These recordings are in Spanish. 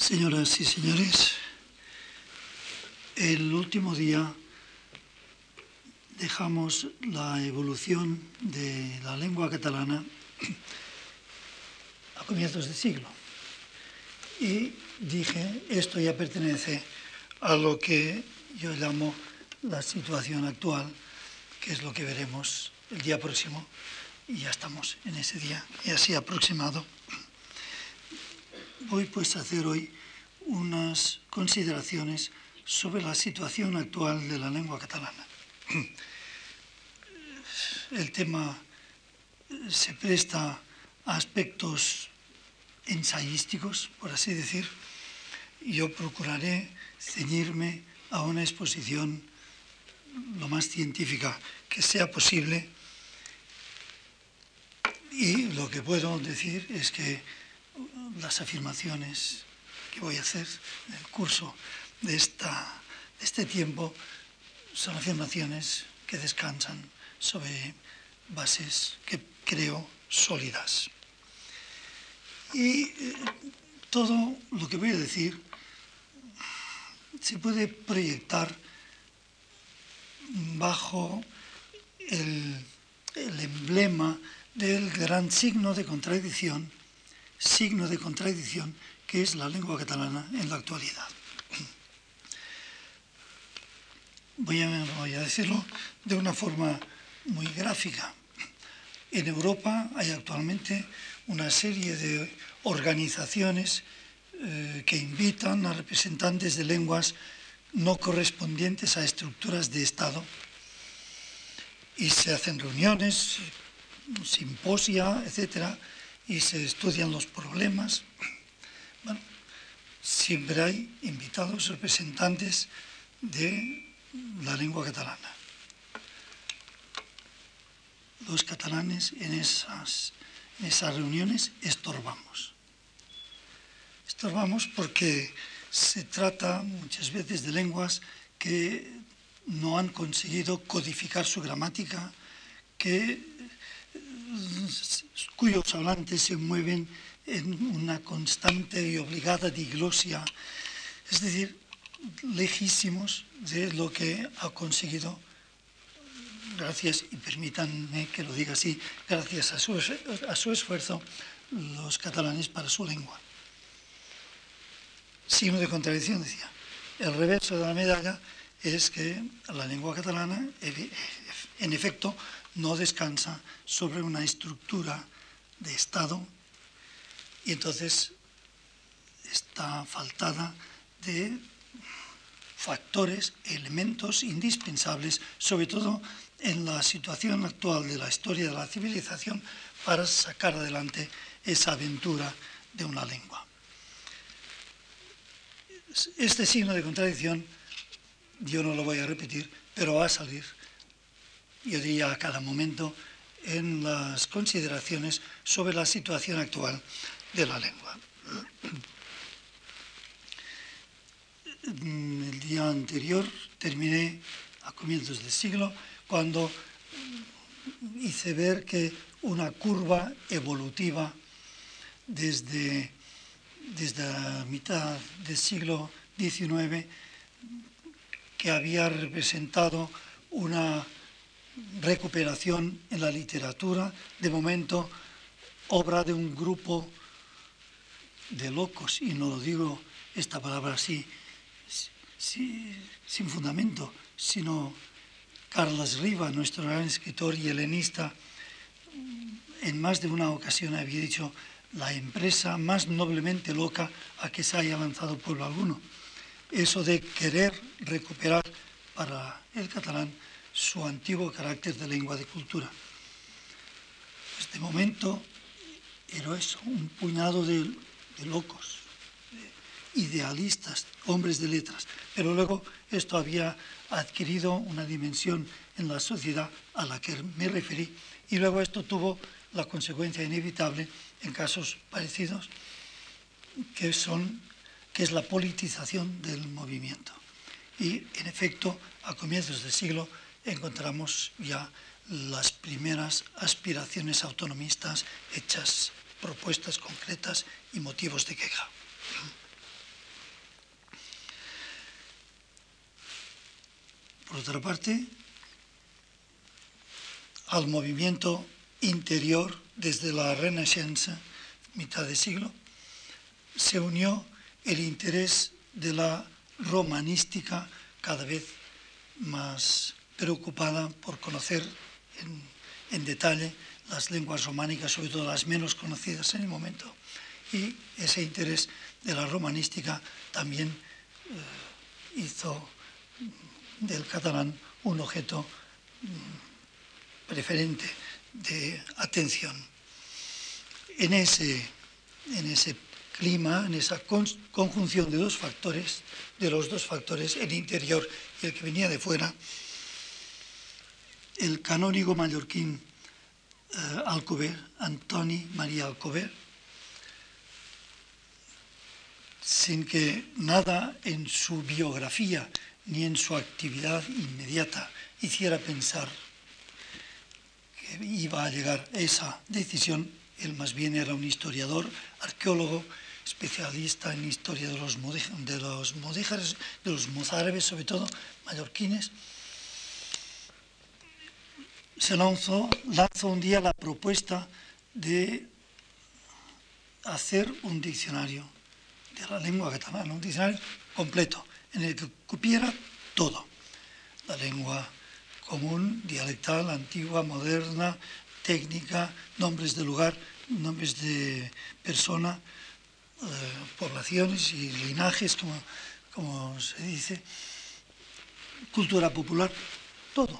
Señoras y señores, el último día dejamos la evolución de la lengua catalana a comienzos de siglo. Y dije, esto ya pertenece a lo que yo llamo la situación actual, que es lo que veremos el día próximo, y ya estamos en ese día, y así aproximado. Voy pues a hacer hoy unas consideraciones sobre la situación actual de la lengua catalana. El tema se presta a aspectos ensayísticos, por así decir. Yo procuraré ceñirme a una exposición lo más científica que sea posible, y lo que puedo decir es que las afirmaciones que voy a hacer en el curso de este tiempo son afirmaciones que descansan sobre bases que creo sólidas. Y todo lo que voy a decir se puede proyectar bajo el emblema del gran signo de contradicción que es la lengua catalana en la actualidad. Voy a decirlo de una forma muy gráfica. En Europa hay actualmente una serie de organizaciones que invitan a representantes de lenguas no correspondientes a estructuras de Estado, y se hacen reuniones, simposia, etcétera, y se estudian los problemas. Bueno, siempre hay invitados representantes de la lengua catalana. Los catalanes en esas reuniones estorbamos. Estorbamos porque se trata muchas veces de lenguas que no han conseguido codificar su gramática, cuyos hablantes se mueven en una constante y obligada diglosia, es decir, lejísimos de lo que ha conseguido, gracias, y permítanme que lo diga así, gracias a su esfuerzo, los catalanes para su lengua. Signo de contradicción, decía. El reverso de la medalla es que la lengua catalana, en efecto, no descansa sobre una estructura de Estado, y entonces está faltada de factores, elementos indispensables, sobre todo en la situación actual de la historia de la civilización, para sacar adelante esa aventura de una lengua. Este signo de contradicción yo no lo voy a repetir, pero va a salir, yo diría, a cada momento en las consideraciones sobre la situación actual de la lengua. El día anterior terminé a comienzos del siglo, cuando hice ver que una curva evolutiva desde la mitad del siglo XIX, que había representado una recuperación en la literatura, de momento obra de un grupo de locos, y no lo digo esta palabra así sin fundamento, sino Carles Riba, nuestro gran escritor y helenista, en más de una ocasión había dicho: la empresa más noblemente loca a que se haya lanzado pueblo alguno. Eso de querer recuperar para el catalán su antiguo carácter de lengua de cultura. Pues de momento era eso, un puñado de locos, de idealistas, hombres de letras. Pero luego esto había adquirido una dimensión en la sociedad a la que me referí, y luego esto tuvo la consecuencia inevitable en casos parecidos, que es la politización del movimiento. Y, en efecto, a comienzos del siglo encontramos ya las primeras aspiraciones autonomistas hechas, propuestas concretas y motivos de queja. Por otra parte, al movimiento interior desde la Renaissance, mitad de siglo, se unió el interés de la romanística, cada vez más preocupada por conocer en detalle las lenguas románicas, sobre todo las menos conocidas en el momento. Y ese interés de la romanística también hizo del catalán un objeto preferente de atención. En ese clima, en esa conjunción de los dos factores, el interior y el que venía de fuera, el canónigo mallorquín Alcover, Antoni María Alcover, sin que nada en su biografía ni en su actividad inmediata hiciera pensar que iba a llegar a esa decisión, él más bien era un historiador, arqueólogo, especialista en historia de los mudéjares, de los mozárabes, sobre todo mallorquines. Se lanzó un día la propuesta de hacer un diccionario de la lengua catalana, un diccionario completo, en el que cupiera todo: la lengua común, dialectal, antigua, moderna, técnica, nombres de lugar, nombres de persona, poblaciones y linajes, como se dice, cultura popular, todo.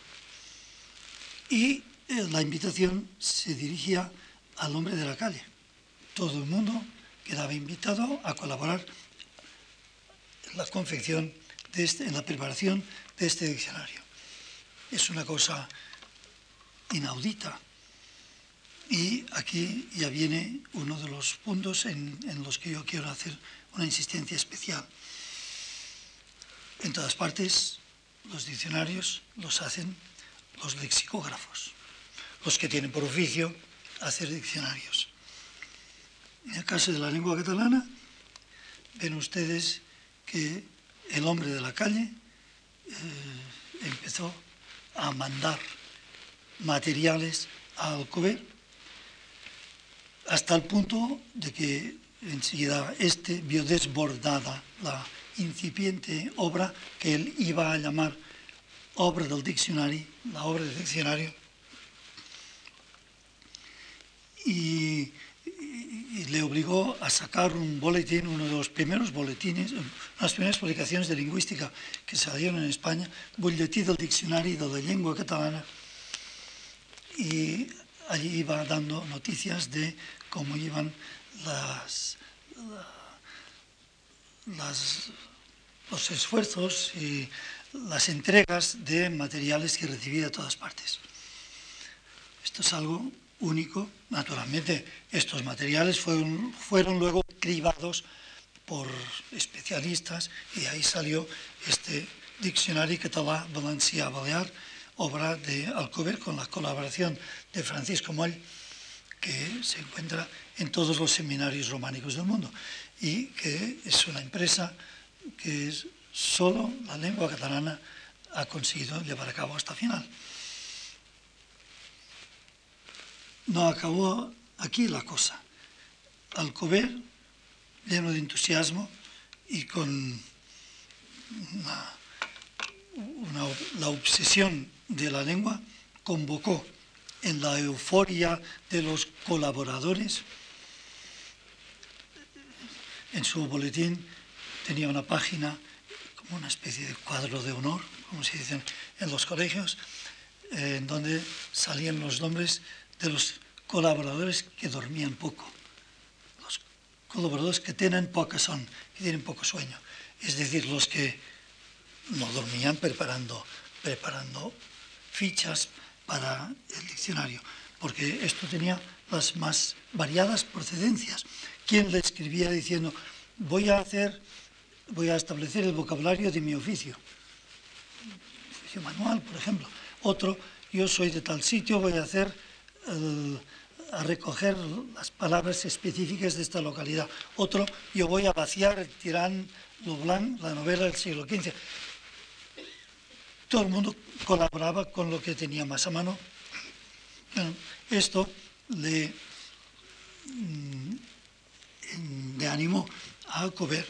Y la invitación se dirigía al hombre de la calle. Todo el mundo quedaba invitado a colaborar en la confección, en la preparación de este diccionario. Es una cosa inaudita. Y aquí ya viene uno de los puntos en los que yo quiero hacer una insistencia especial. En todas partes, los diccionarios los hacen los lexicógrafos, los que tienen por oficio hacer diccionarios. En el caso de la lengua catalana, ven ustedes que el hombre de la calle empezó a mandar materiales a Alcover, hasta el punto de que enseguida vio desbordada la incipiente obra que él iba a llamar obra del diccionario, la obra del diccionario, y le obligó a sacar un boletín, uno de los primeros boletines, las primeras publicaciones de lingüística que salieron en España, Butlletí del Diccionari de la Llengua Catalana, y allí iba dando noticias de cómo iban los esfuerzos y las entregas de materiales que recibía de todas partes. Esto es algo único. Naturalmente, estos materiales fueron luego cribados por especialistas y de ahí salió este Diccionari Català Valencià Balear, obra de Alcover con la colaboración de Francisco Moll, que se encuentra en todos los seminarios románicos del mundo y que es una empresa que solo la lengua catalana ha conseguido llevar a cabo hasta el final. No acabó aquí la cosa. Alcover, lleno de entusiasmo y con la obsesión de la lengua, convocó en la euforia de los colaboradores. En su boletín tenía una página, como una especie de cuadro de honor, como se dice en los colegios, en donde salían los nombres de los colaboradores que dormían poco, los colaboradores que tienen poca son, que tienen poco sueño, es decir, los que no dormían preparando fichas para el diccionario, porque esto tenía las más variadas procedencias. ¿Quién le escribía diciendo, voy a establecer el vocabulario de mi oficio manual, por ejemplo? Otro, yo soy de tal sitio, voy a recoger las palabras específicas de esta localidad. Otro, yo voy a vaciar el Tirán lo Blanc, la novela del siglo XV. todo el mundo colaboraba con lo que tenía más a mano. Bueno, esto le animó a Alcover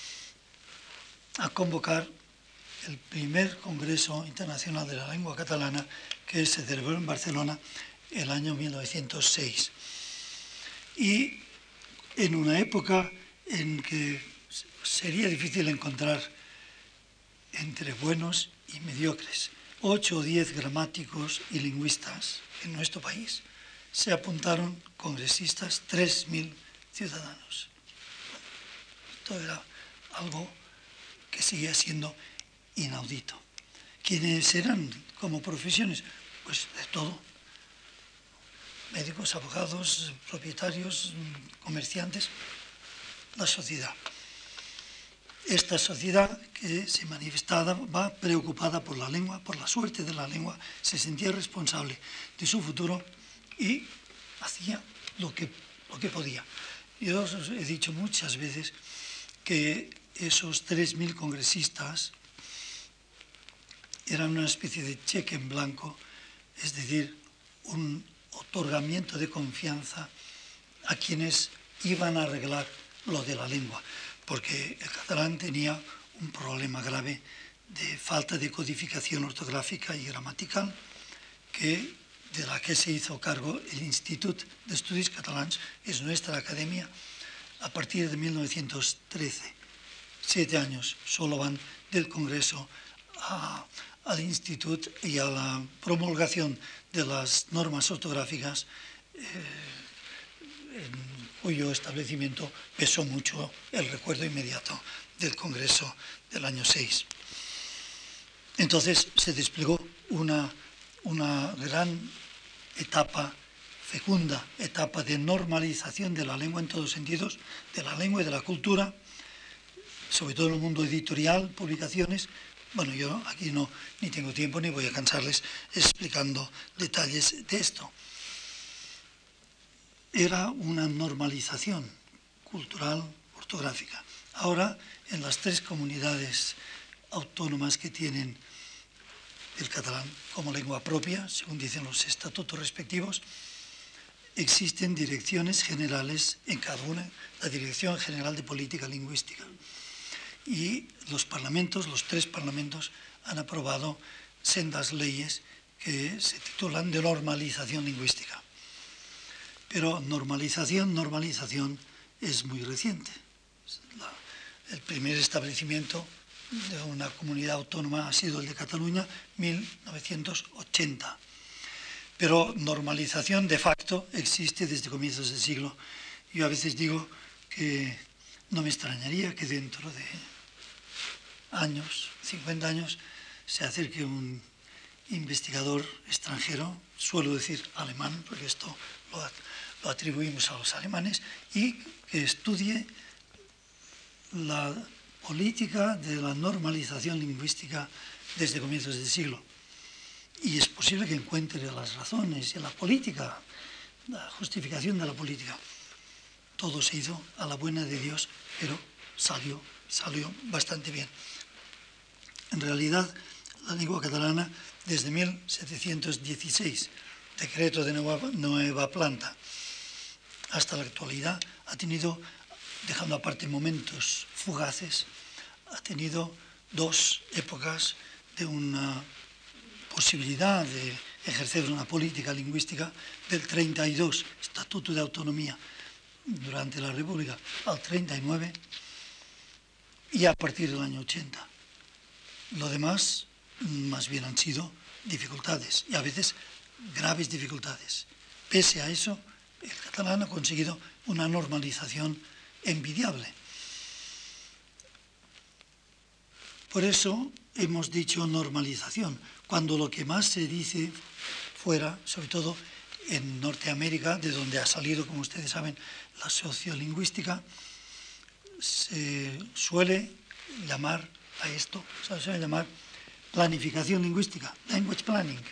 a convocar el primer Congreso Internacional de la Lengua Catalana, que se celebró en Barcelona el año 1906. Y en una época en que sería difícil encontrar entre buenos y mediocres 8 o 10 gramáticos y lingüistas en nuestro país, se apuntaron congresistas, 3.000 ciudadanos. Esto era algo que seguía siendo inaudito. ¿Quiénes eran como profesiones? Pues de todo. Médicos, abogados, propietarios, comerciantes, la sociedad. Esta sociedad que se manifestaba preocupada por la lengua, por la suerte de la lengua, se sentía responsable de su futuro y hacía lo que podía. Yo os he dicho muchas veces que esos 3.000 congresistas eran una especie de cheque en blanco, es decir, un otorgamiento de confianza a quienes iban a arreglar lo de la lengua, porque el catalán tenía un problema grave de falta de codificación ortográfica y gramatical, de la que se hizo cargo el Institut d'Estudis Catalans, es nuestra academia, a partir de 1913. 7 años solo van del Congreso al Institut y a la promulgación de las normas ortográficas, en cuyo establecimiento pesó mucho el recuerdo inmediato del Congreso del año 6. Entonces se desplegó una gran etapa, fecunda etapa de normalización de la lengua en todos sentidos, de la lengua y de la cultura, sobre todo en el mundo editorial, publicaciones. Bueno, yo aquí ni tengo tiempo ni voy a cansarles explicando detalles de esto. Era una normalización cultural, ortográfica. Ahora, en las 3 comunidades autónomas que tienen el catalán como lengua propia, según dicen los estatutos respectivos, existen direcciones generales en cada una, la Dirección General de Política Lingüística. Y los 3 parlamentos han aprobado sendas leyes que se titulan de normalización lingüística. Pero normalización es muy reciente. El primer establecimiento de una comunidad autónoma ha sido el de Cataluña, 1980. Pero normalización de facto existe desde comienzos del siglo. Yo a veces digo que no me extrañaría que dentro de años, 50 años, se acerque un investigador extranjero, suelo decir alemán, porque esto lo atribuimos a los alemanes, y que estudie la política de la normalización lingüística desde comienzos del siglo. Y es posible que encuentre las razones y la política, la justificación de la política. Todo se hizo a la buena de Dios, pero salió bastante bien. En realidad, la lengua catalana, desde 1716, decreto de nueva planta, hasta la actualidad, ha tenido, dejando aparte momentos fugaces, ha tenido 2 épocas de una posibilidad de ejercer una política lingüística del 32, Estatuto de Autonomía, durante la República, al 39, y a partir del año 80. Lo demás, más bien han sido dificultades, y a veces graves dificultades. Pese a eso, el catalán ha conseguido una normalización envidiable. Por eso hemos dicho normalización, cuando lo que más se dice fuera, sobre todo en Norteamérica, de donde ha salido, como ustedes saben, la sociolingüística, se suele llamar a esto, se suele llamar planificación lingüística, language planning,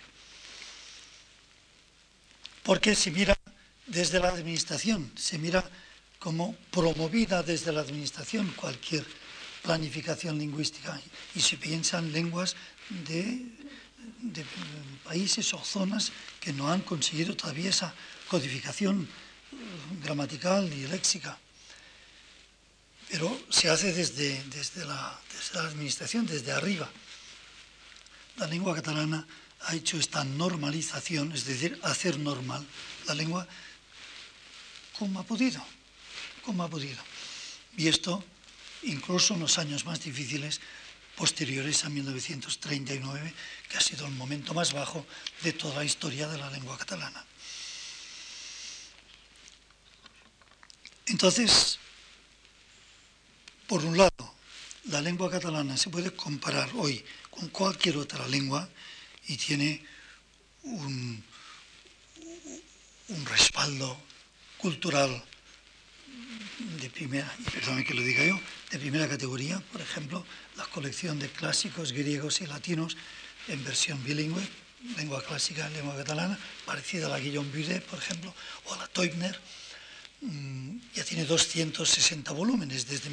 porque se mira desde la administración, se mira como promovida desde la administración cualquier planificación lingüística y se piensa en lenguas de países o zonas que no han conseguido todavía esa codificación gramatical y léxica. Pero se hace desde la administración, desde arriba. La lengua catalana ha hecho esta normalización, es decir, hacer normal la lengua como ha podido, Y esto, incluso en los años más difíciles, posteriores a 1939, que ha sido el momento más bajo de toda la historia de la lengua catalana. Entonces, por un lado, la lengua catalana se puede comparar hoy con cualquier otra lengua y tiene un respaldo cultural de primera, y perdón que lo diga yo, de primera categoría. Por ejemplo, la colección de clásicos griegos y latinos en versión bilingüe, lengua clásica, lengua catalana, parecida a la Guillaume Budet, por ejemplo, o a la Teubner. Ya tiene 260 volúmenes desde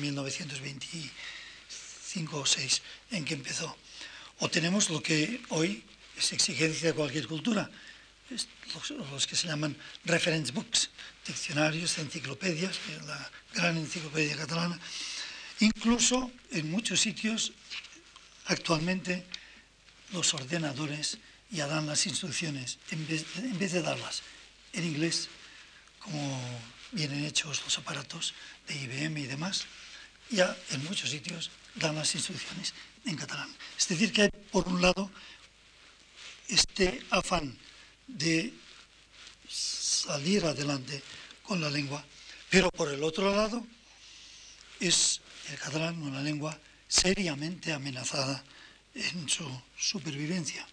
1925 o 6 en que empezó. O tenemos lo que hoy es exigencia de cualquier cultura, los que se llaman reference books, diccionarios, enciclopedias, la gran enciclopedia catalana. Incluso en muchos sitios actualmente los ordenadores ya dan las instrucciones, en vez de darlas en inglés, como vienen hechos los aparatos de IBM y demás, ya en muchos sitios dan las instrucciones en catalán. Es decir, que hay, por un lado, este afán de salir adelante con la lengua, pero por el otro lado es el catalán una lengua seriamente amenazada en su supervivencia.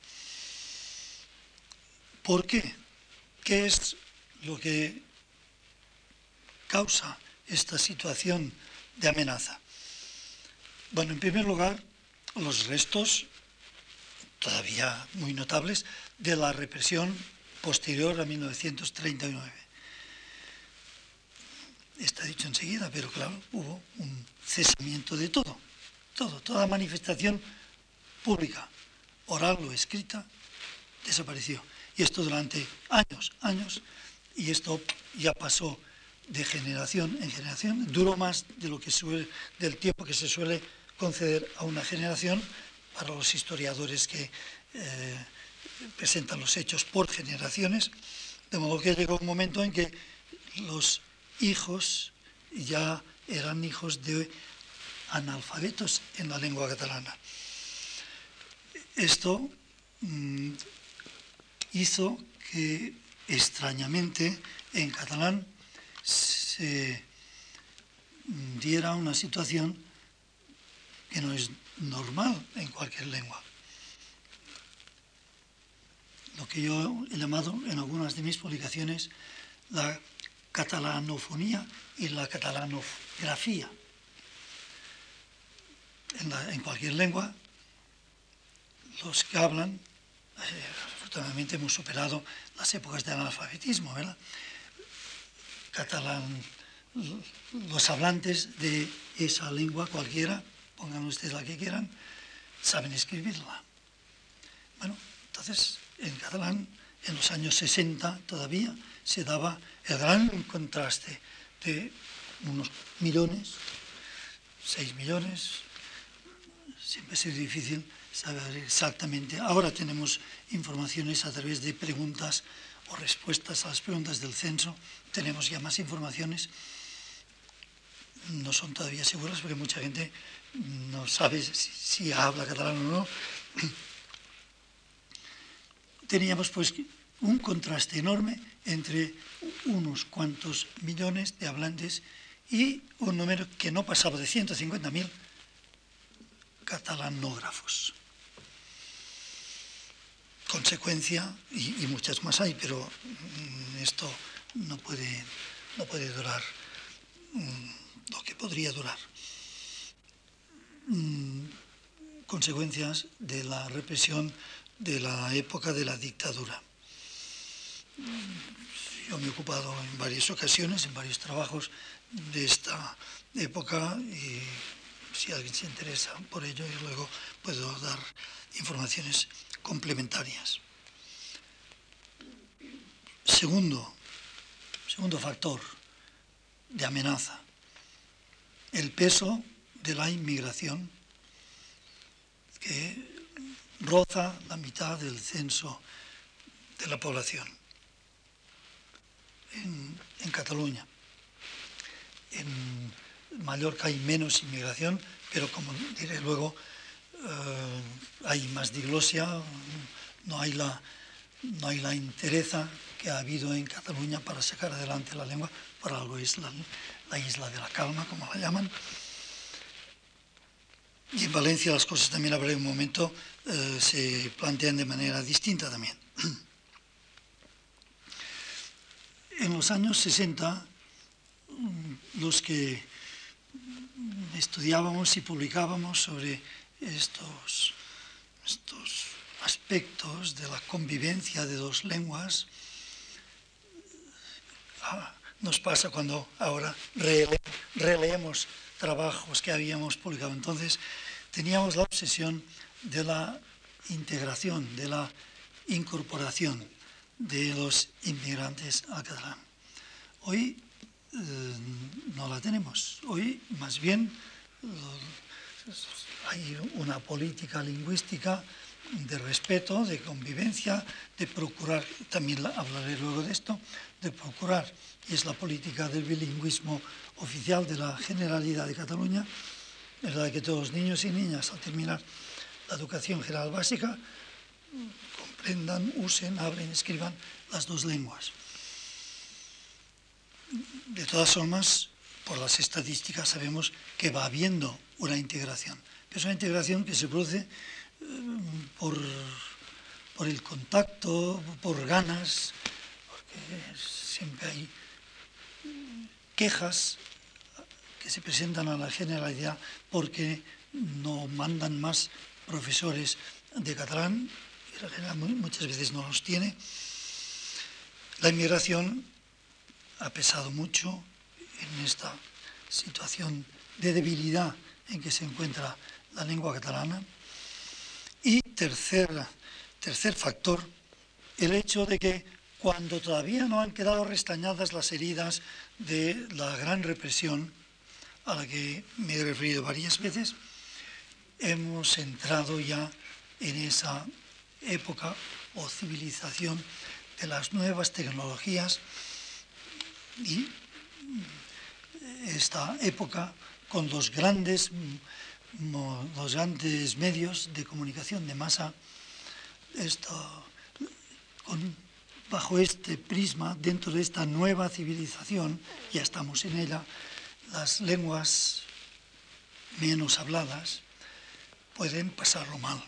¿Por qué? ¿Qué es lo que causa esta situación de amenaza? Bueno, en primer lugar, los restos, todavía muy notables, de la represión posterior a 1939. Está dicho enseguida, pero claro, hubo un cesamiento de toda manifestación pública, oral o escrita, desapareció. Y esto durante años, y esto ya pasó de generación en generación, duró más de del tiempo que se suele conceder a una generación para los historiadores que presentan los hechos por generaciones, de modo que llegó un momento en que los hijos ya eran hijos de analfabetos en la lengua catalana. Esto hizo que extrañamente en catalán se diera una situación que no es normal en cualquier lengua. Lo que yo he llamado en algunas de mis publicaciones la catalanofonía y la catalanografía. En cualquier lengua, los que hablan, afortunadamente hemos superado las épocas de analfabetismo, ¿verdad? Los hablantes de esa lengua cualquiera, pongan ustedes la que quieran, saben escribirla. Bueno, entonces en catalán, en los años 60 todavía, se daba el gran contraste de unos millones, 6 millones, siempre ha sido difícil saber exactamente. Ahora tenemos informaciones a través de preguntas o respuestas a las preguntas del censo, tenemos ya más informaciones, no son todavía seguras porque mucha gente no sabe si habla catalán o no. Teníamos pues un contraste enorme entre unos cuantos millones de hablantes y un número que no pasaba de 150.000 catalanógrafos. Consecuencia, y muchas más hay, pero esto no puede durar lo que podría durar. Consecuencias de la represión de la época de la dictadura. Yo me he ocupado en varias ocasiones, en varios trabajos de esta época y si alguien se interesa por ello, y luego puedo dar informaciones complementarias. Segundo factor de amenaza, el peso de la inmigración, que roza la mitad del censo de la población en Cataluña. En Mallorca hay menos inmigración, pero como diré luego, hay más diglosia, no hay la entereza que ha habido en Cataluña para sacar adelante la lengua. Por algo es la isla de la calma, como la llaman. Y en Valencia las cosas también, habrá un momento, se plantean de manera distinta también. En los años 60, los que estudiábamos y publicábamos sobre estos aspectos de la convivencia de dos lenguas, nos pasa cuando ahora releemos trabajos que habíamos publicado. Entonces teníamos la obsesión de la integración, de la incorporación de los inmigrantes al catalán. Hoy no la tenemos. Hoy más bien hay una política lingüística de respeto, de convivencia, de procurar, también hablaré luego de esto, de procurar, y es la política del bilingüismo oficial de la Generalidad de Cataluña, es la de que todos los niños y niñas al terminar la educación general básica comprendan, usen, hablen, escriban las dos lenguas. De todas formas, por las estadísticas sabemos que va habiendo una integración, que es una integración que se produce por el contacto, por ganas, porque siempre hay quejas que se presentan a la Generalidad porque no mandan más profesores de catalán, y la Generalidad muchas veces no los tiene. La inmigración ha pesado mucho en esta situación de debilidad en que se encuentra la lengua catalana. Y tercer factor, el hecho de que cuando todavía no han quedado restañadas las heridas de la gran represión, a la que me he referido varias veces, hemos entrado ya en esa época o civilización de las nuevas tecnologías, y esta época con los grandes medios de comunicación de masa, bajo este prisma, dentro de esta nueva civilización, ya estamos en ella, las lenguas menos habladas pueden pasarlo mal.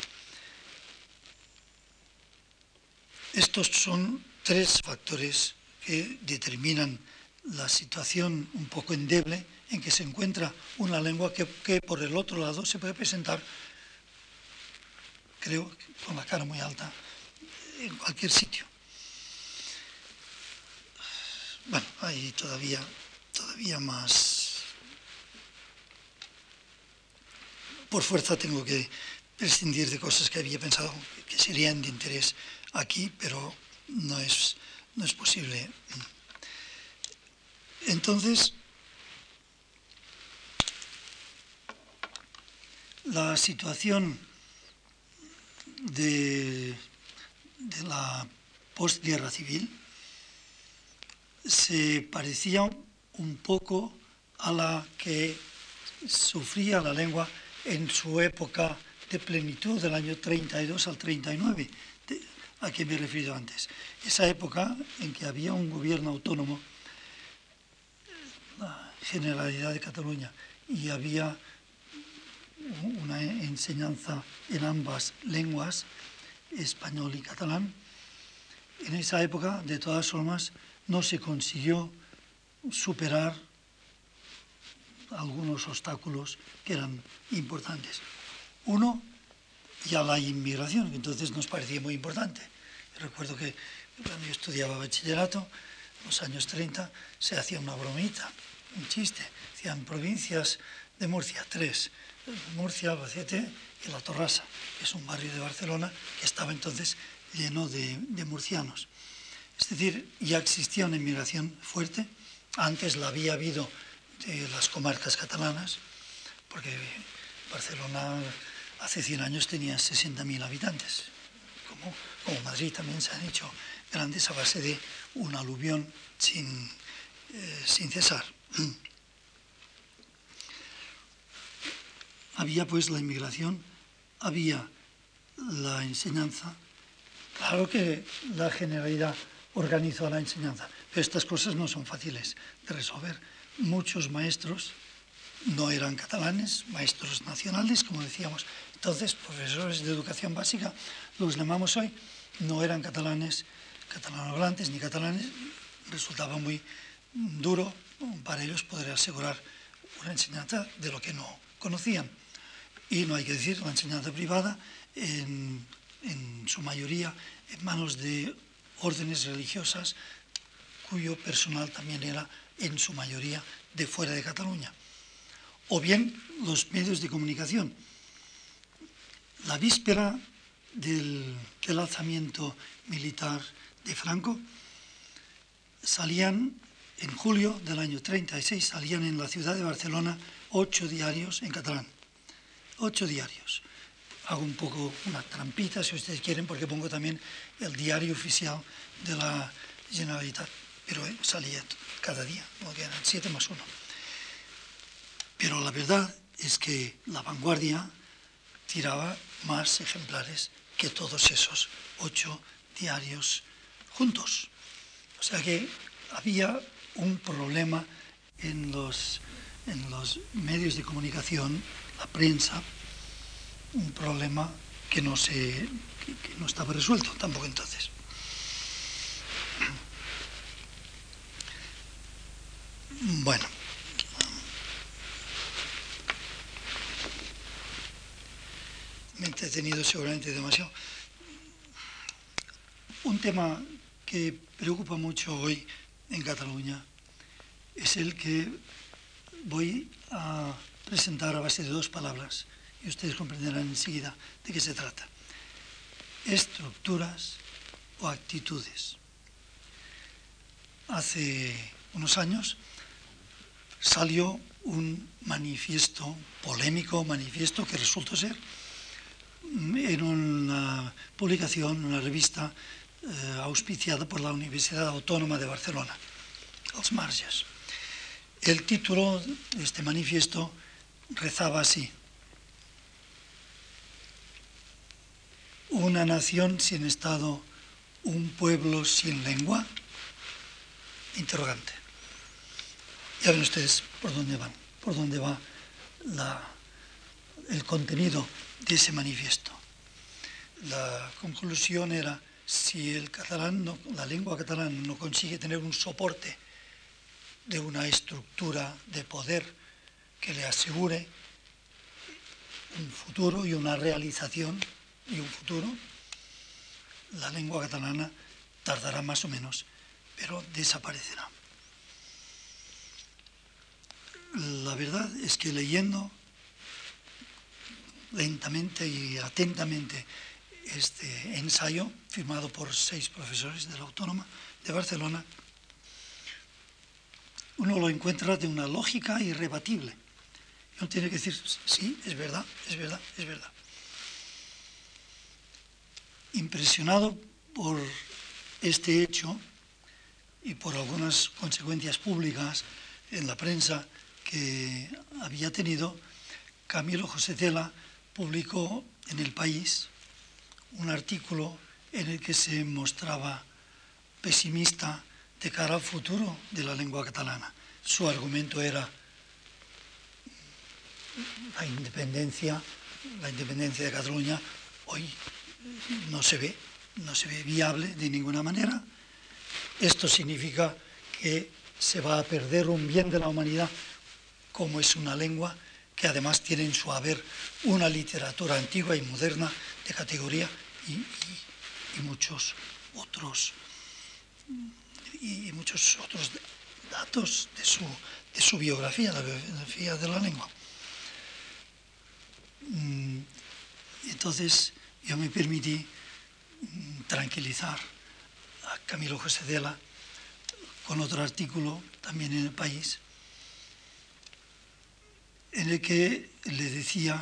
Estos son tres factores que determinan la situación un poco endeble en que se encuentra una lengua que por el otro lado se puede presentar, creo, con la cara muy alta en cualquier sitio. Bueno, hay todavía más. Por fuerza tengo que prescindir de cosas que había pensado que serían de interés aquí, pero no es posible. Entonces, la situación de la postguerra civil se parecía un poco a la que sufría la lengua en su época de plenitud, del año 32 al 39, a que me he referido antes. Esa época en que había un gobierno autónomo, la Generalidad de Cataluña, y había una enseñanza en ambas lenguas, español y catalán. En esa época, de todas formas, no se consiguió superar algunos obstáculos que eran importantes. Uno, ya la inmigración, que entonces nos parecía muy importante. Recuerdo que cuando yo estudiaba bachillerato, en los años 30, se hacía una bromita, un chiste. Decían provincias de Murcia, 3. Murcia, Albacete y La Torrasa, que es un barrio de Barcelona que estaba entonces lleno de murcianos. Es decir, ya existía una inmigración fuerte. Antes la había habido de las comarcas catalanas, porque Barcelona hace 100 años tenía 60.000 habitantes. Como Madrid también se han hecho grandes a base de un aluvión sin cesar. Había pues la inmigración, había la enseñanza. Claro que la Generalidad organizó la enseñanza, pero estas cosas no son fáciles de resolver. Muchos maestros no eran catalanes, maestros nacionales, como decíamos. Entonces, profesores de educación básica, los llamamos hoy, no eran catalanes, catalanohablantes ni catalanes. Resultaba muy duro para ellos poder asegurar una enseñanza de lo que no conocían. Y no hay que decir, la enseñanza privada, en su mayoría en manos de órdenes religiosas, cuyo personal también era en su mayoría de fuera de Cataluña. O bien los medios de comunicación. La víspera del alzamiento militar de Franco, salían en julio del año 36, salían en la ciudad de Barcelona 8 diarios en catalán. 8 diarios. Hago un poco una trampita, si ustedes quieren, porque pongo también el diario oficial de la Generalitat, pero salía cada día, no que eran 7 más 1. Pero la verdad es que La Vanguardia tiraba más ejemplares que todos esos 8 diarios juntos. O sea que había un problema en los medios de comunicación, la prensa, un problema que no estaba resuelto tampoco entonces. Bueno, me he entretenido seguramente demasiado. Un tema que preocupa mucho hoy en Cataluña es el que voy a presentar a base de 2 palabras y ustedes comprenderán enseguida de qué se trata. Estructuras o actitudes. Hace unos años salió un manifiesto polémico, manifiesto que resultó ser en una publicación, una revista auspiciada por la Universidad Autónoma de Barcelona, Els Marges. El título de este manifiesto rezaba así: ¿una nación sin Estado, un pueblo sin lengua? Interrogante. Ya ven ustedes por dónde va el contenido de ese manifiesto. La conclusión era: si el catalán, la lengua catalana no consigue tener un soporte de una estructura de poder que le asegure un futuro y una realización y un futuro, la lengua catalana tardará más o menos, pero desaparecerá. La verdad es que leyendo lentamente y atentamente este ensayo, firmado por 6 profesores de la Autónoma de Barcelona, uno lo encuentra de una lógica irrebatible. Uno tiene que decir, sí, es verdad, es verdad, es verdad. Impresionado por este hecho y por algunas consecuencias públicas en la prensa que había tenido, Camilo José Cela publicó en El País un artículo en el que se mostraba pesimista de cara al futuro de la lengua catalana. Su argumento era la independencia de Cataluña hoy no se ve viable de ninguna manera. Esto significa que se va a perder un bien de la humanidad como es una lengua que además tiene en su haber una literatura antigua y moderna de categoría y muchos otros datos de su biografía, la biografía de la lengua. Entonces yo me permití tranquilizar a Camilo José Cela con otro artículo también en El País, en el que le decía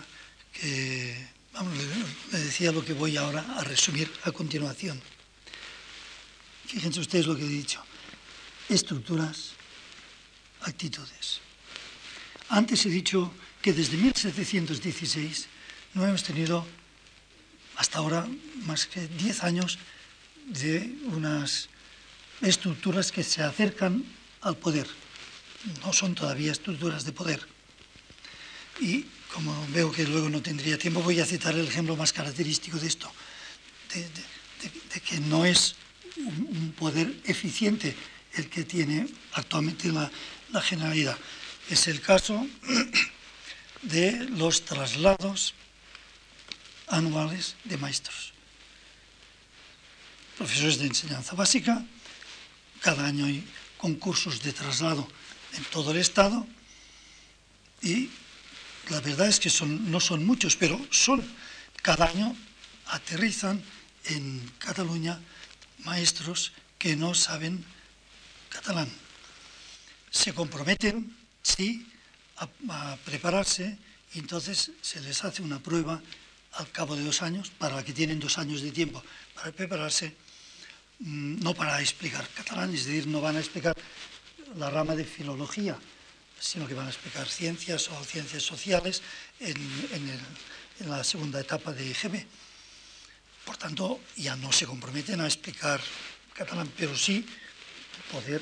le decía lo que voy ahora a resumir a continuación. Fíjense ustedes lo que he dicho. Estructuras, actitudes. Antes he dicho que desde 1716 no hemos tenido hasta ahora más que 10 años de unas estructuras que se acercan al poder. No son todavía estructuras de poder. Y como veo que luego no tendría tiempo, voy a citar el ejemplo más característico de esto, de que no es un poder eficiente el que tiene actualmente la Generalidad. Es el caso de los traslados anuales de maestros. Profesores de enseñanza básica, cada año hay concursos de traslado en todo el Estado y la verdad es que no son muchos, pero cada año aterrizan en Cataluña maestros que no saben catalán. Se comprometen, sí, a prepararse y entonces se les hace una prueba al cabo de 2 años, para la que tienen 2 años de tiempo para prepararse, no para explicar catalán, es decir, no van a explicar la rama de filología, sino que van a explicar ciencias o ciencias sociales en la segunda etapa de EGB. Por tanto, ya no se comprometen a explicar catalán, pero sí poder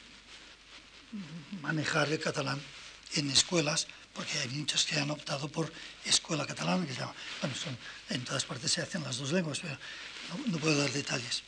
manejar el catalán en escuelas, porque hay muchas que han optado por escuela catalana, que se llama, bueno, en todas partes se hacen las dos lenguas, pero no puedo dar detalles.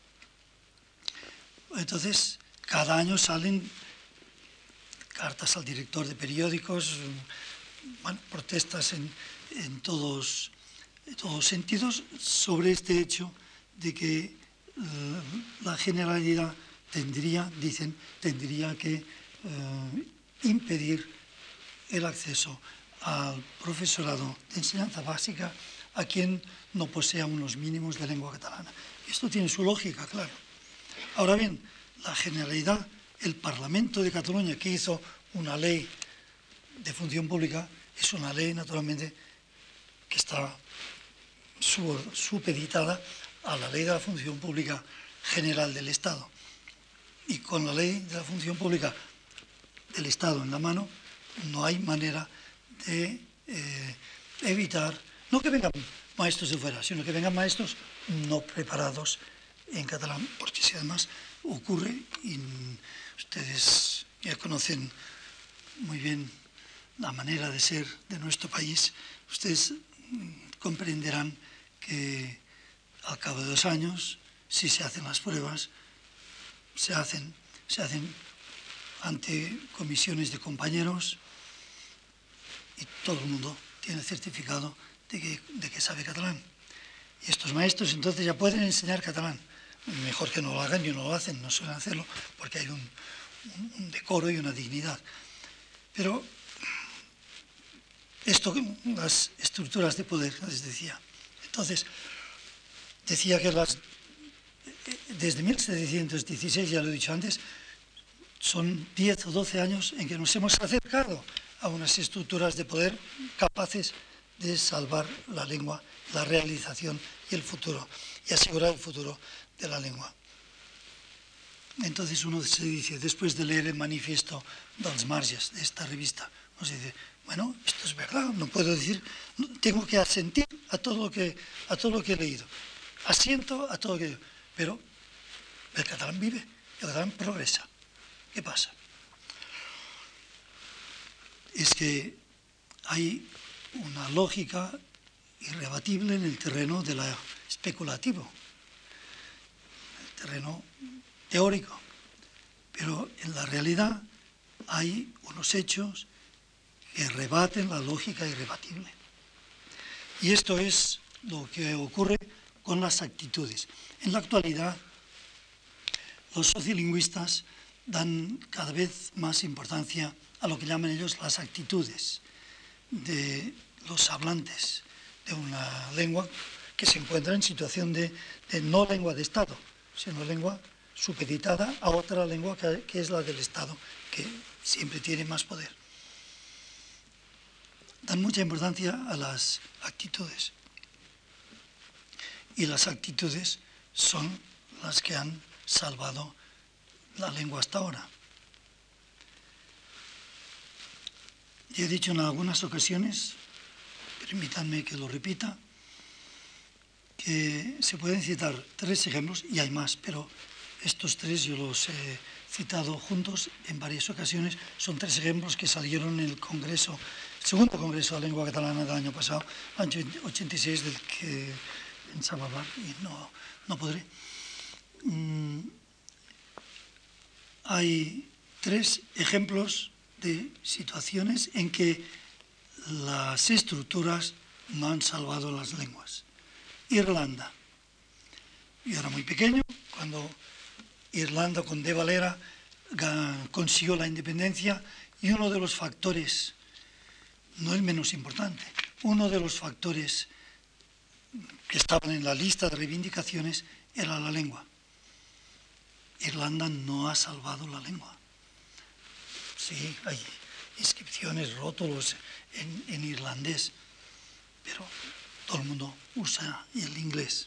Entonces, cada año salen cartas al director de periódicos, bueno, protestas en todos sentidos sobre este hecho de que la Generalidad tendría que impedir el acceso al profesorado de enseñanza básica a quien no posea unos mínimos de lengua catalana. Esto tiene su lógica, claro. Ahora bien, la Generalidad, el Parlamento de Cataluña, que hizo una ley de función pública, es una ley, naturalmente, que está supeditada a la ley de la función pública general del Estado. Y con la ley de la función pública del Estado en la mano, no hay manera de evitar, no que vengan maestros de fuera, sino que vengan maestros no preparados en catalán, porque si además ocurre, y ustedes ya conocen muy bien la manera de ser de nuestro país, ustedes comprenderán que al cabo de 2 años, si se hacen las pruebas, se hacen ante comisiones de compañeros y todo el mundo tiene certificado de que sabe catalán. Y estos maestros entonces ya pueden enseñar catalán. Mejor que no lo hagan y no lo hacen, no suelen hacerlo porque hay un decoro y una dignidad. Pero esto, las estructuras de poder, les decía. Entonces, decía que desde 1716, ya lo he dicho antes, son 10 o 12 años en que nos hemos acercado a unas estructuras de poder capaces de salvar la lengua, la realización y el futuro, y asegurar el futuro de la lengua. Entonces uno se dice, después de leer el manifiesto dels marges de esta revista, uno se dice, bueno, esto es verdad, no puedo decir, tengo que asentir a todo lo que he leído, asiento a todo lo que he leído, pero el catalán vive, el catalán progresa. ¿Qué pasa? Es que hay una lógica irrebatible en el terreno de la especulativo, el terreno teórico, pero en la realidad hay unos hechos que rebaten la lógica irrebatible. Y esto es lo que ocurre con las actitudes. En la actualidad, los sociolingüistas dan cada vez más importancia a lo que llaman ellos las actitudes de los hablantes de una lengua que se encuentra en situación de no lengua de Estado, sino lengua supeditada a otra lengua que es la del Estado, que siempre tiene más poder. Dan mucha importancia a las actitudes. Y las actitudes son las que han salvado la lengua hasta ahora. Y he dicho en algunas ocasiones, permítanme que lo repita, que se pueden citar 3 ejemplos, y hay más, pero estos 3 yo los he citado juntos en varias ocasiones. Son 3 ejemplos que salieron en el Congreso, el segundo Congreso de la Lengua Catalana del año pasado, año 86, del que pensaba hablar y no podré. Hay 3 ejemplos de situaciones en que las estructuras no han salvado las lenguas. Irlanda. Yo era muy pequeño cuando Irlanda con De Valera consiguió la independencia, y uno de los factores, no el menos importante, uno de los factores que estaban en la lista de reivindicaciones era la lengua. Irlanda no ha salvado la lengua. Sí, hay inscripciones, rótulos en irlandés, pero todo el mundo usa el inglés.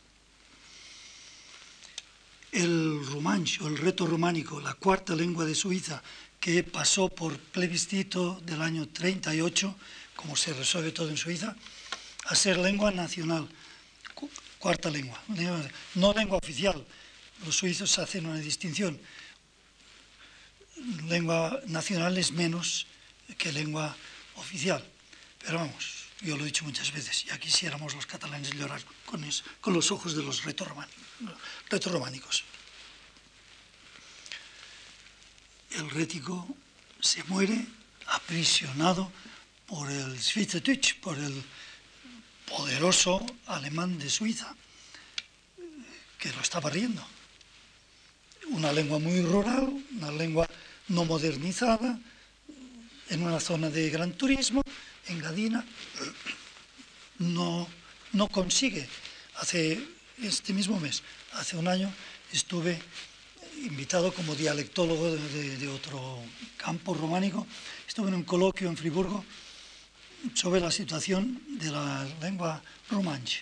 El romanche o el reto románico, la 4ª lengua de Suiza, que pasó por plebiscito del año 38, como se resuelve todo en Suiza, a ser lengua nacional, 4ª lengua, no lengua oficial. Los suizos hacen una distinción. Lengua nacional es menos que lengua oficial. Pero vamos, yo lo he dicho muchas veces, ya quisiéramos los catalanes llorar con los ojos de los retrorománicos. El rético se muere aprisionado por el Schweizerdeutsch, por el poderoso alemán de Suiza, que lo está barriendo. Una lengua muy rural, una lengua no modernizada, en una zona de gran turismo, en Gadina, no consigue. Este mismo mes, hace un año, estuve invitado como dialectólogo de otro campo románico. Estuve en un coloquio en Friburgo sobre la situación de la lengua romanche.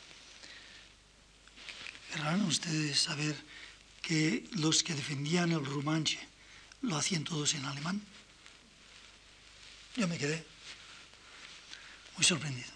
Querrán ustedes saber que los que defendían el romanche lo hacían todos en alemán. Yo me quedé muy sorprendido.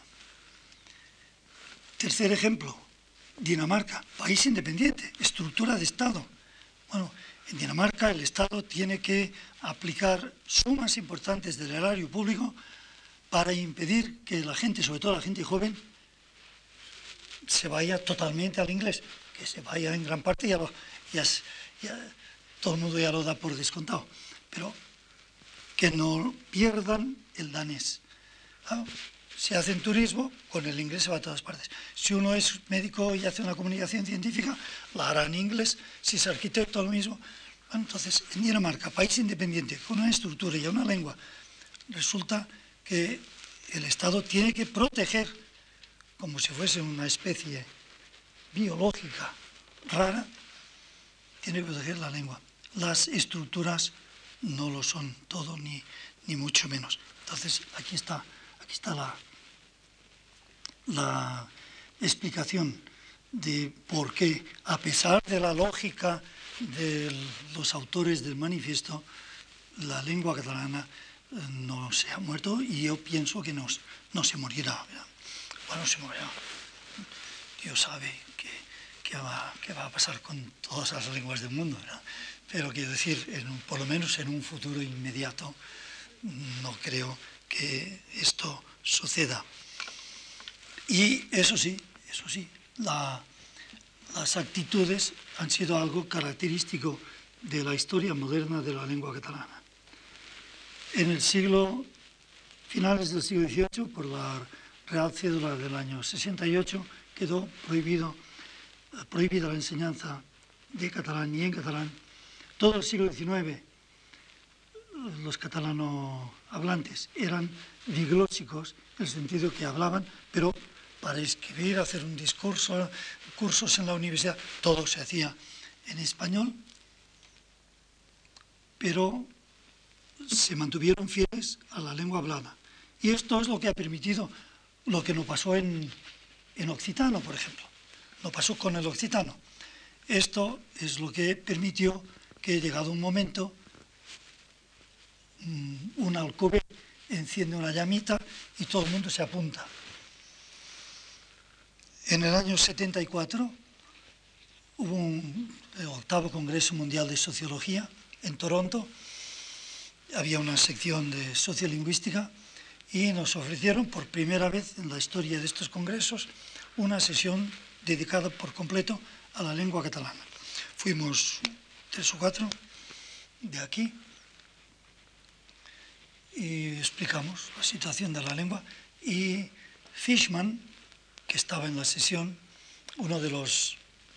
Tercer ejemplo, Dinamarca, país independiente, estructura de Estado. Bueno, en Dinamarca el Estado tiene que aplicar sumas importantes del erario público para impedir que la gente, sobre todo la gente joven, se vaya totalmente al inglés, que se vaya en gran parte, ya todo el mundo ya lo da por descontado, pero que no pierdan el danés. Si hacen turismo, con el inglés se va a todas partes. Si uno es médico y hace una comunicación científica, la hará en inglés. Si es arquitecto, lo mismo. Bueno, entonces, en Dinamarca, país independiente, con una estructura y una lengua, resulta que el Estado tiene que proteger, como si fuese una especie biológica rara, tiene que proteger la lengua. Las estructuras no lo son todo, ni mucho menos. Entonces, aquí está la explicación de por qué, a pesar de la lógica de los autores del manifiesto, la lengua catalana no se ha muerto, y yo pienso que no se morirá, ¿verdad? Bueno, se morirá. Dios sabe qué va a pasar con todas las lenguas del mundo, ¿verdad? Pero quiero decir, por lo menos en un futuro inmediato, no creo que esto suceda. Y eso sí, las actitudes han sido algo característico de la historia moderna de la lengua catalana. En el finales del siglo XVIII, por la Real Cédula del año 68, quedó prohibida la enseñanza de catalán y en catalán. Todo el siglo XIX, los catalano hablantes eran diglósicos, en el sentido que hablaban, pero para escribir, hacer un discurso, cursos en la universidad, todo se hacía en español, pero se mantuvieron fieles a la lengua hablada. Y esto es lo que ha permitido lo que no pasó en occitano, por ejemplo. No pasó con el occitano. Esto es lo que permitió que, llegado un momento, un alcobe enciende una llamita y todo el mundo se apunta. En el año 74 hubo el 8º Congreso Mundial de Sociología en Toronto. Había una sección de sociolingüística y nos ofrecieron por primera vez en la historia de estos congresos una sesión dedicada por completo a la lengua catalana. Fuimos 3 o 4 de aquí y explicamos la situación de la lengua, y Fishman, que estaba en la sesión, uno de los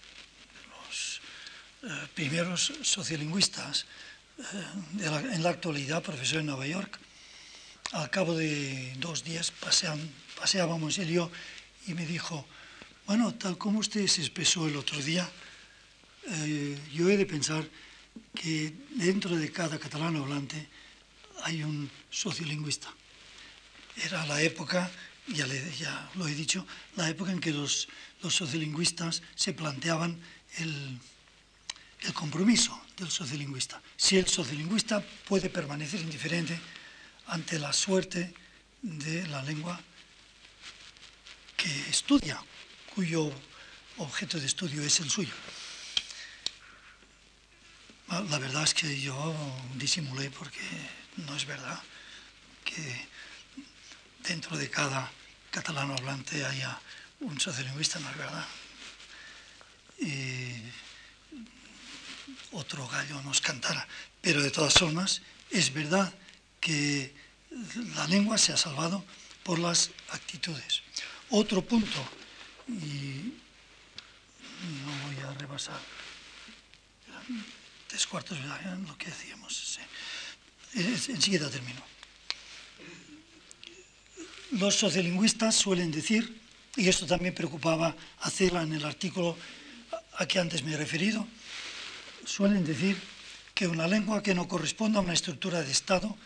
primeros sociolingüistas en la actualidad, profesor en Nueva York, al cabo de 2 días paseábamos él y yo, y me dijo: bueno, tal como usted se expresó el otro día, yo he de pensar que dentro de cada catalán hablante hay un sociolingüista. Era la época, ya lo he dicho, la época en que los sociolingüistas se planteaban el compromiso del sociolingüista. Si el sociolingüista puede permanecer indiferente ante la suerte de la lengua que estudia, cuyo objeto de estudio es el suyo. La verdad es que yo disimulé, porque no es verdad que dentro de cada catalán hablante haya un sociolingüista, no es verdad. Y otro gallo nos cantara. Pero de todas formas, es verdad que la lengua se ha salvado por las actitudes. Otro punto, y no voy a rebasar 3/4 de lo que decíamos. Sí. Enseguida termino. Los sociolingüistas suelen decir, y esto también preocupaba a Cela en el artículo a que antes me he referido, suelen decir que una lengua que no corresponda a una estructura de Estado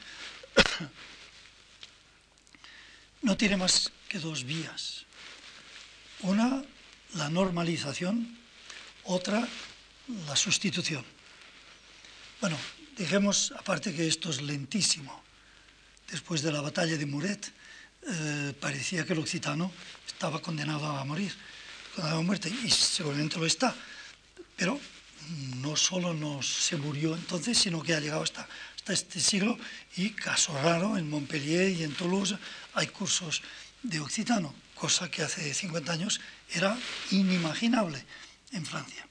no tiene más que 2 vías. Una, la normalización; otra, la sustitución. Bueno, dejemos aparte que esto es lentísimo. Después de la batalla de Muret, parecía que el occitano estaba condenado a morir, condenado a muerte, y seguramente lo está. Pero no solo no se murió entonces, sino que ha llegado hasta este siglo, y caso raro, en Montpellier y en Toulouse hay cursos de occitano, cosa que hace 50 años era inimaginable en Francia.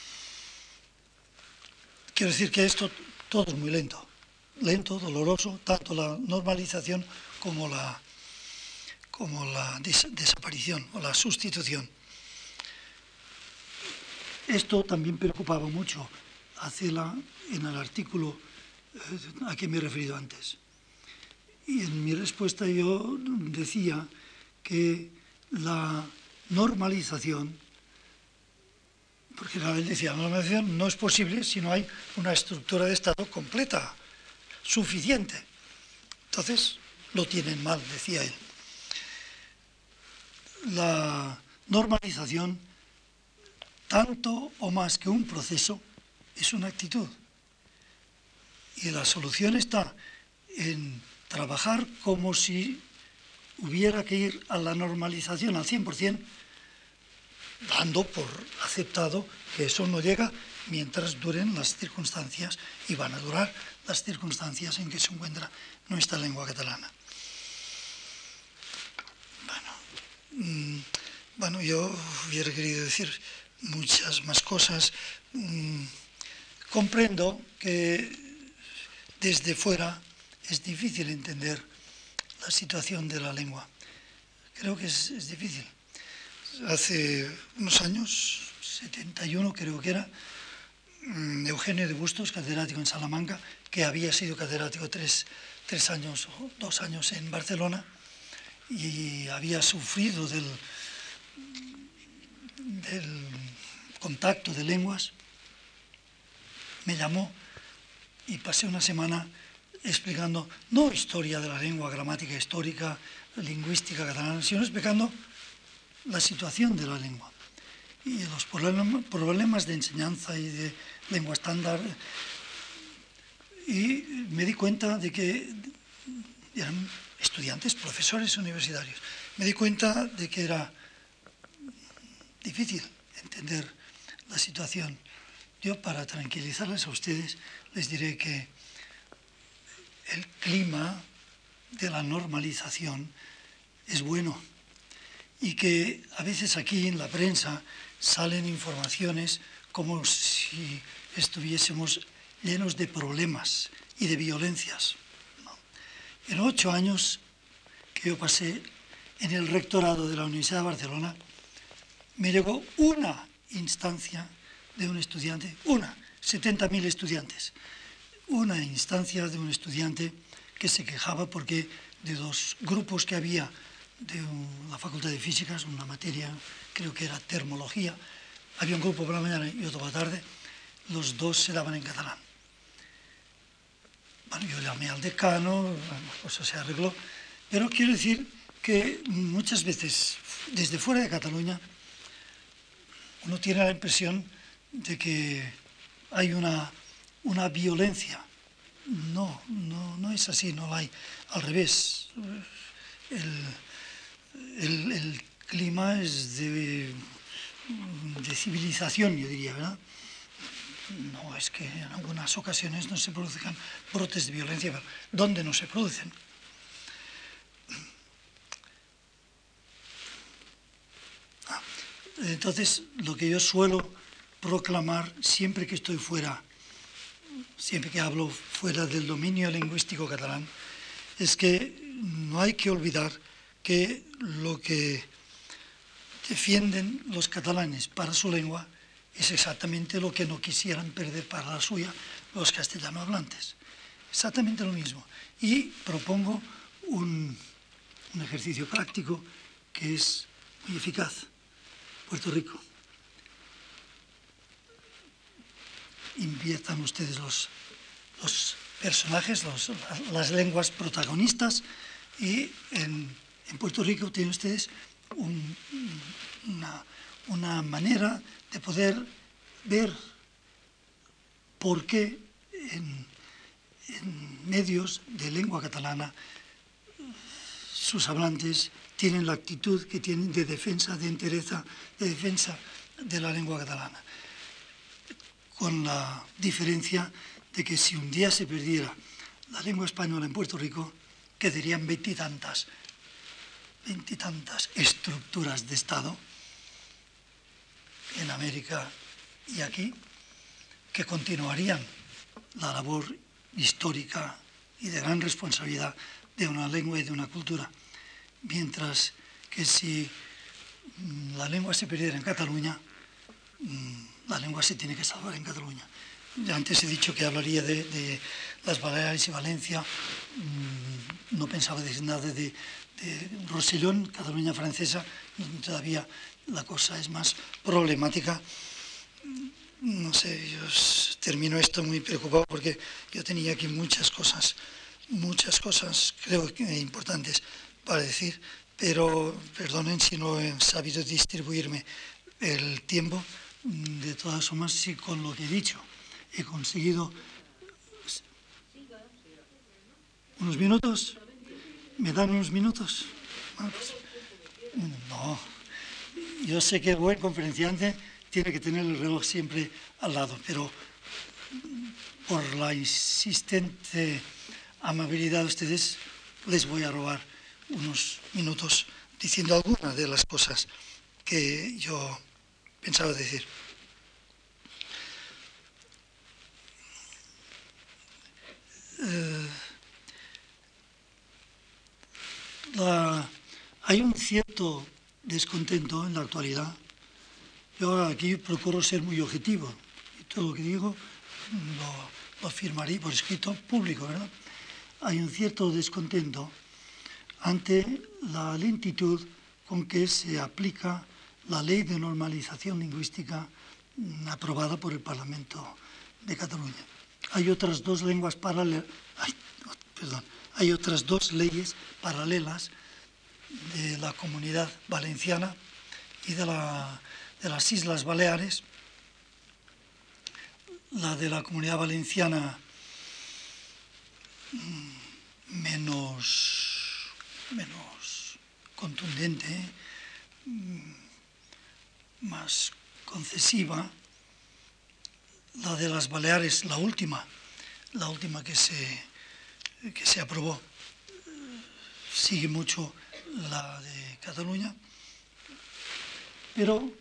Quiero decir que esto todo es muy lento, doloroso, tanto la normalización como la desaparición o la sustitución. Esto también preocupaba mucho a Cela en el artículo a que me he referido antes. Y en mi respuesta yo decía que la normalización, porque él decía, la normalización no es posible si no hay una estructura de Estado completa, suficiente. Entonces, lo tienen mal, decía él. La normalización, tanto o más que un proceso, es una actitud. Y la solución está en trabajar como si hubiera que ir a la normalización al 100%, dando por aceptado que eso no llega mientras duren las circunstancias, y van a durar las circunstancias en que se encuentra nuestra lengua catalana. Bueno, yo hubiera querido decir muchas más cosas. Comprendo que desde fuera es difícil entender la situación de la lengua. Creo que es difícil. Hace unos años, 71 creo que era, Eugenio de Bustos, catedrático en Salamanca, que había sido catedrático 3 años o 2 años en Barcelona, y había sufrido el contacto de lenguas, me llamó y pasé una semana explicando, no historia de la lengua, gramática histórica, lingüística catalana, sino explicando la situación de la lengua y los problemas de enseñanza y de lengua estándar. Y me di cuenta de que eran estudiantes, profesores universitarios. Me di cuenta de que era difícil entender la situación. Yo, para tranquilizarles a ustedes, les diré que el clima de la normalización es bueno y que a veces aquí en la prensa salen informaciones como si estuviésemos llenos de problemas y de violencias. En 8 años que yo pasé en el rectorado de la Universidad de Barcelona, me llegó una instancia de un estudiante, 70.000 estudiantes, una instancia de un estudiante que se quejaba porque de 2 grupos que había de la Facultad de Físicas, una materia, creo que era termología, había un grupo por la mañana y otro por la tarde, los 2 se daban en catalán. Bueno, yo llamé al decano, la cosa se arregló, pero quiero decir que muchas veces, desde fuera de Cataluña, uno tiene la impresión de que hay una violencia. No es así, no la hay. Al revés, el clima es de civilización, yo diría, ¿verdad? No es que en algunas ocasiones no se produzcan brotes de violencia, pero ¿dónde no se producen? Entonces, lo que yo suelo proclamar siempre que estoy fuera, siempre que hablo fuera del dominio lingüístico catalán, es que no hay que olvidar que lo que defienden los catalanes para su lengua es exactamente lo que no quisieran perder para la suya los castellano hablantes. Exactamente lo mismo. Y propongo un ejercicio práctico que es muy eficaz. Puerto Rico. Inviertan ustedes los personajes, las lenguas protagonistas, y en Puerto Rico tienen ustedes una manera de poder ver por qué en medios de lengua catalana sus hablantes tienen la actitud que tienen de defensa, de entereza, de defensa de la lengua catalana. Con la diferencia de que si un día se perdiera la lengua española en Puerto Rico, quedarían veintitantas estructuras de Estado en América y aquí, que continuarían la labor histórica y de gran responsabilidad de una lengua y de una cultura. Mientras que si la lengua se perdiera en Cataluña, la lengua se tiene que salvar en Cataluña. Ya antes he dicho que hablaría de las Baleares y Valencia, no pensaba decir nada de Rosellón, Cataluña francesa, donde todavía la cosa es más problemática. No sé, yo termino esto muy preocupado porque yo tenía aquí muchas cosas creo que importantes para decir, pero perdonen si no he sabido distribuirme el tiempo. De todas formas, si con lo que he dicho he conseguido unos minutos, ¿me dan unos minutos? Bueno, pues, no, yo sé que el buen conferenciante tiene que tener el reloj siempre al lado, pero por la insistente amabilidad de ustedes les voy a robar unos minutos diciendo algunas de las cosas que yo pensaba decir. Hay un cierto descontento en la actualidad. Yo aquí procuro ser muy objetivo y todo lo que digo lo afirmaré por escrito público, ¿verdad? Hay un cierto descontento ante la lentitud con que se aplica la ley de normalización lingüística aprobada por el Parlamento de Cataluña. Hay otras dos lenguas paralelas, hay otras dos leyes paralelas de la Comunidad Valenciana y de las Islas Baleares. La de la Comunidad Valenciana menos contundente, más concesiva. La de las Baleares, la última que se aprobó, sigue mucho la de Cataluña, pero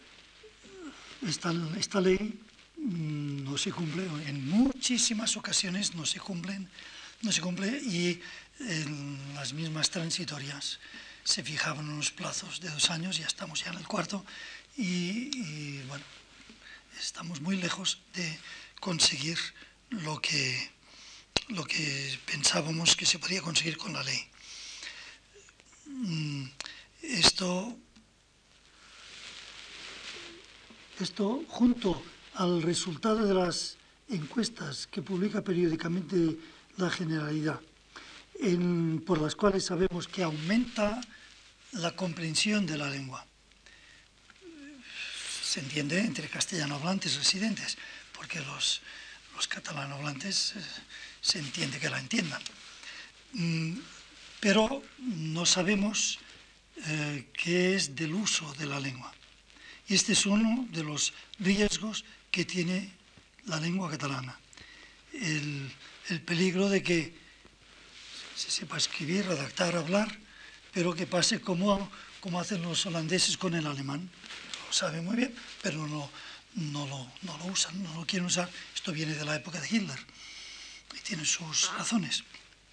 esta ley no se cumple, en muchísimas ocasiones no se cumple, y en las mismas transitorias se fijaban unos plazos de 2 años, ya estamos ya en el cuarto, y bueno, estamos muy lejos de conseguir lo que pensábamos que se podía conseguir con la ley. Esto junto al resultado de las encuestas que publica periódicamente la Generalidad, por las cuales sabemos que aumenta la comprensión de la lengua. Se entiende entre castellanohablantes residentes, porque los catalanohablantes se entiende que la entiendan. Pero no sabemos qué es del uso de la lengua. Y este es uno de los riesgos que tiene la lengua catalana. El peligro de que se sepa escribir, redactar, hablar, pero que pase como hacen los holandeses con el alemán. Lo saben muy bien, pero no lo usan, no lo quieren usar. Esto viene de la época de Hitler y tiene sus razones.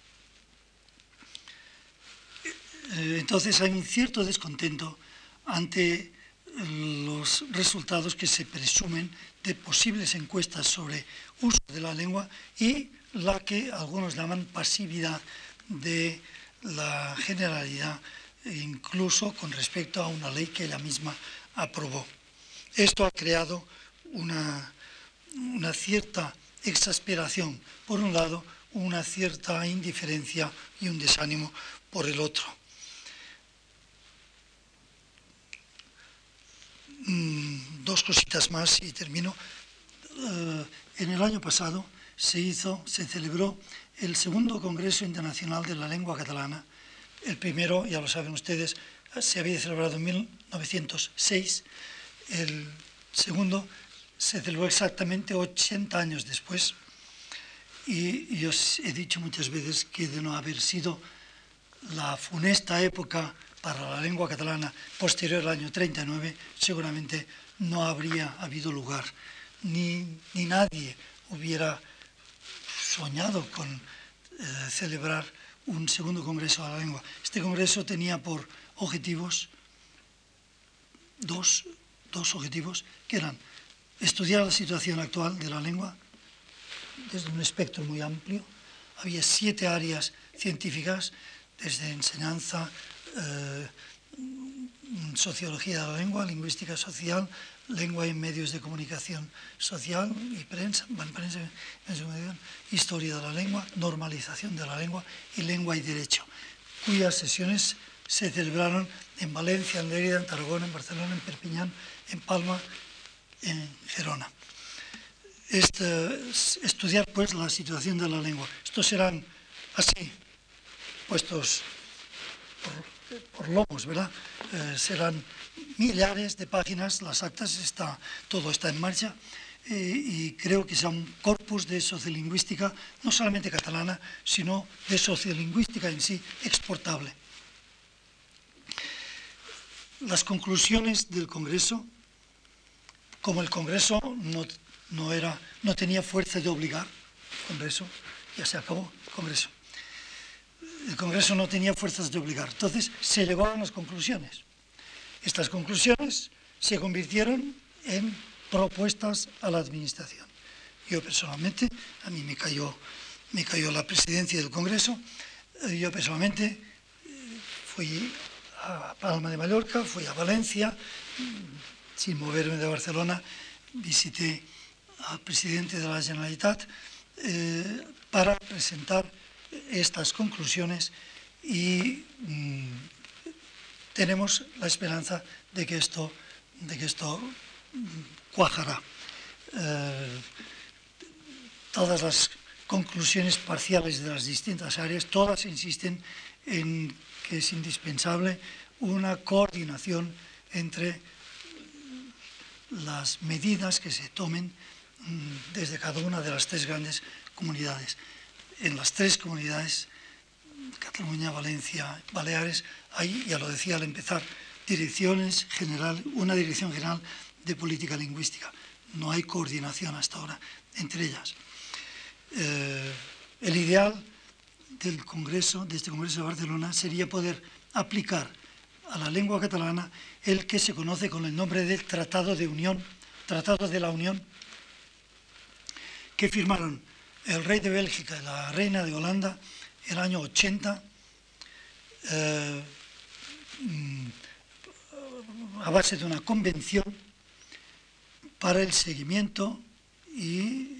Entonces hay un cierto descontento ante los resultados que se presumen de posibles encuestas sobre uso de la lengua y la que algunos llaman pasividad de la Generalidad, incluso con respecto a una ley que ella misma aprobó. Esto ha creado una cierta exasperación, por un lado, una cierta indiferencia y un desánimo por el otro. Dos cositas más y termino. En el año pasado se celebró el segundo Congreso Internacional de la Lengua Catalana. El primero, ya lo saben ustedes, se había celebrado en 1906. El segundo se celebró exactamente 80 años después. Y os he dicho muchas veces que de no haber sido la funesta época para la lengua catalana posterior al año 39, seguramente no habría habido lugar, ni nadie hubiera soñado con celebrar un segundo congreso de la lengua. Este congreso tenía por objetivos dos objetivos, que eran estudiar la situación actual de la lengua desde un espectro muy amplio. Había 7 áreas científicas, desde enseñanza, sociología de la lengua, lingüística social, lengua y medios de comunicación social y prensa, historia de la lengua, normalización de la lengua y lengua y derecho, cuyas sesiones se celebraron en Valencia, en Lérida, en Tarragona, en Barcelona, en Perpiñán, en Palma, en Gerona. Estudiar pues la situación de la lengua. Estos serán así, puestos por lomos, ¿verdad? Serán millares de páginas, las actas, todo está en marcha, y creo que será un corpus de sociolingüística, no solamente catalana, sino de sociolingüística en sí, exportable. Las conclusiones del Congreso, como el Congreso no tenía fuerza de obligar, el Congreso, ya se acabó el Congreso. El Congreso no tenía fuerzas de obligar, entonces se llevaron las conclusiones. Estas conclusiones se convirtieron en propuestas a la Administración. Yo personalmente, a mí me cayó la presidencia del Congreso, yo personalmente fui a Palma de Mallorca, fui a Valencia, sin moverme de Barcelona, visité al presidente de la Generalitat para presentar estas conclusiones y tenemos la esperanza de que esto cuajará. Todas las conclusiones parciales de las distintas áreas, todas insisten en que es indispensable una coordinación entre las medidas que se tomen desde cada una de las tres grandes comunidades. En las tres comunidades, Cataluña, Valencia, Baleares, hay, ya lo decía al empezar, una dirección general de política lingüística. No hay coordinación hasta ahora entre ellas. El ideal de este Congreso de Barcelona sería poder aplicar a la lengua catalana el que se conoce con el nombre del Tratado de la Unión, que firmaron el rey de Bélgica y la reina de Holanda el año 80, a base de una convención para el seguimiento y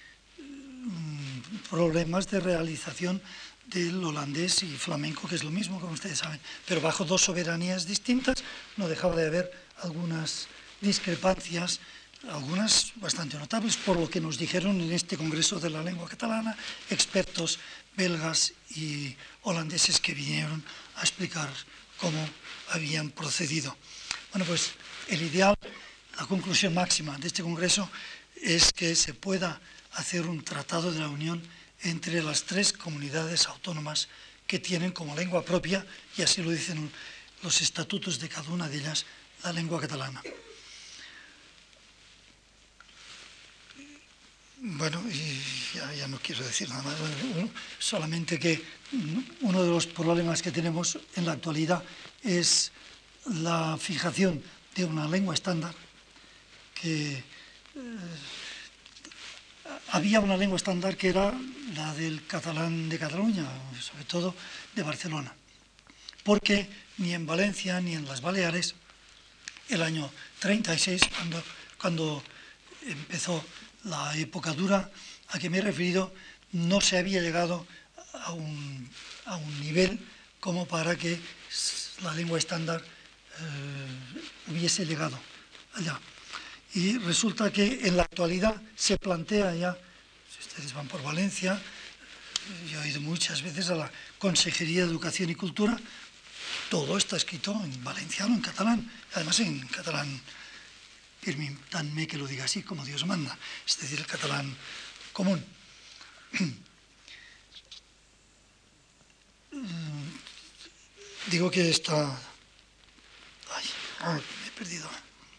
problemas de realización del holandés y flamenco, que es lo mismo, como ustedes saben, pero bajo dos soberanías distintas. No dejaba de haber algunas discrepancias, algunas bastante notables, por lo que nos dijeron en este Congreso de la Lengua Catalana expertos belgas y holandeses que vinieron a explicar cómo habían procedido. Bueno, pues el ideal, la conclusión máxima de este Congreso es que se pueda hacer un tratado de la Unión entre las tres comunidades autónomas que tienen como lengua propia, y así lo dicen los estatutos de cada una de ellas, la lengua catalana. Bueno, y ya no quiero decir nada más, solamente que uno de los problemas que tenemos en la actualidad es la fijación de una lengua estándar, que había una lengua estándar que era la del catalán de Cataluña, sobre todo de Barcelona, porque ni en Valencia ni en las Baleares, el año 36, cuando empezó la época dura a que me he referido, no se había llegado a un nivel como para que la lengua estándar hubiese llegado allá. Y resulta que en la actualidad se plantea ya, si ustedes van por Valencia, yo he ido muchas veces a la Consejería de Educación y Cultura, todo está escrito en valenciano, en catalán, además en catalán, permítanme que lo diga así, como Dios manda, es decir, el catalán común. Digo que está... me he perdido.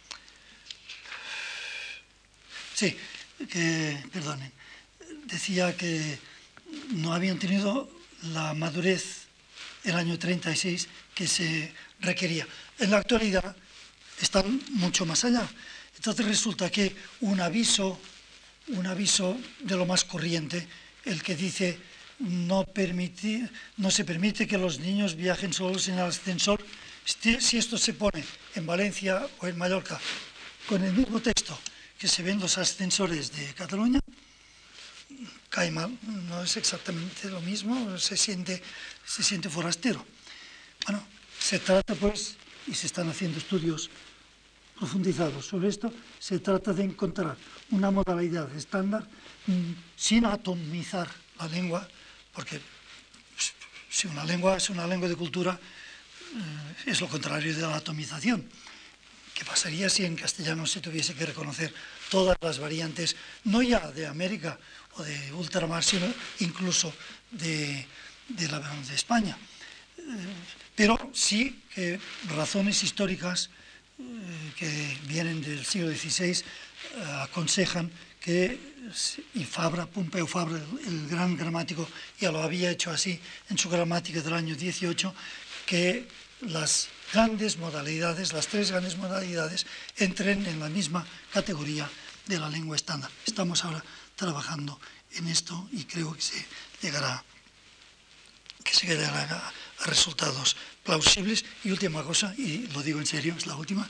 Sí, perdonen. Decía que no habían tenido la madurez el año 36 que se requería. En la actualidad están mucho más allá. Entonces resulta que un aviso de lo más corriente, el que dice no se permite que los niños viajen solos en el ascensor. Si esto se pone en Valencia o en Mallorca con el mismo texto que se ven los ascensores de Cataluña, cae mal, no es exactamente lo mismo, se siente forastero. Bueno, se trata pues, y se están haciendo estudios profundizados sobre esto, se trata de encontrar una modalidad estándar sin atomizar la lengua, porque si una lengua es una lengua de cultura, es lo contrario de la atomización. ¿Qué pasaría si en castellano se tuviese que reconocer todas las variantes, no ya de América o de ultramar, sino incluso de España? Pero sí que razones históricas que vienen del siglo XVI aconsejan que, y Pompeu Fabra, el gran gramático, ya lo había hecho así en su gramática del año 18, que las tres grandes modalidades entren en la misma categoría de la lengua estándar. Estamos ahora trabajando en esto y creo que se llegará resultados plausibles. Y última cosa, y lo digo en serio, es la última,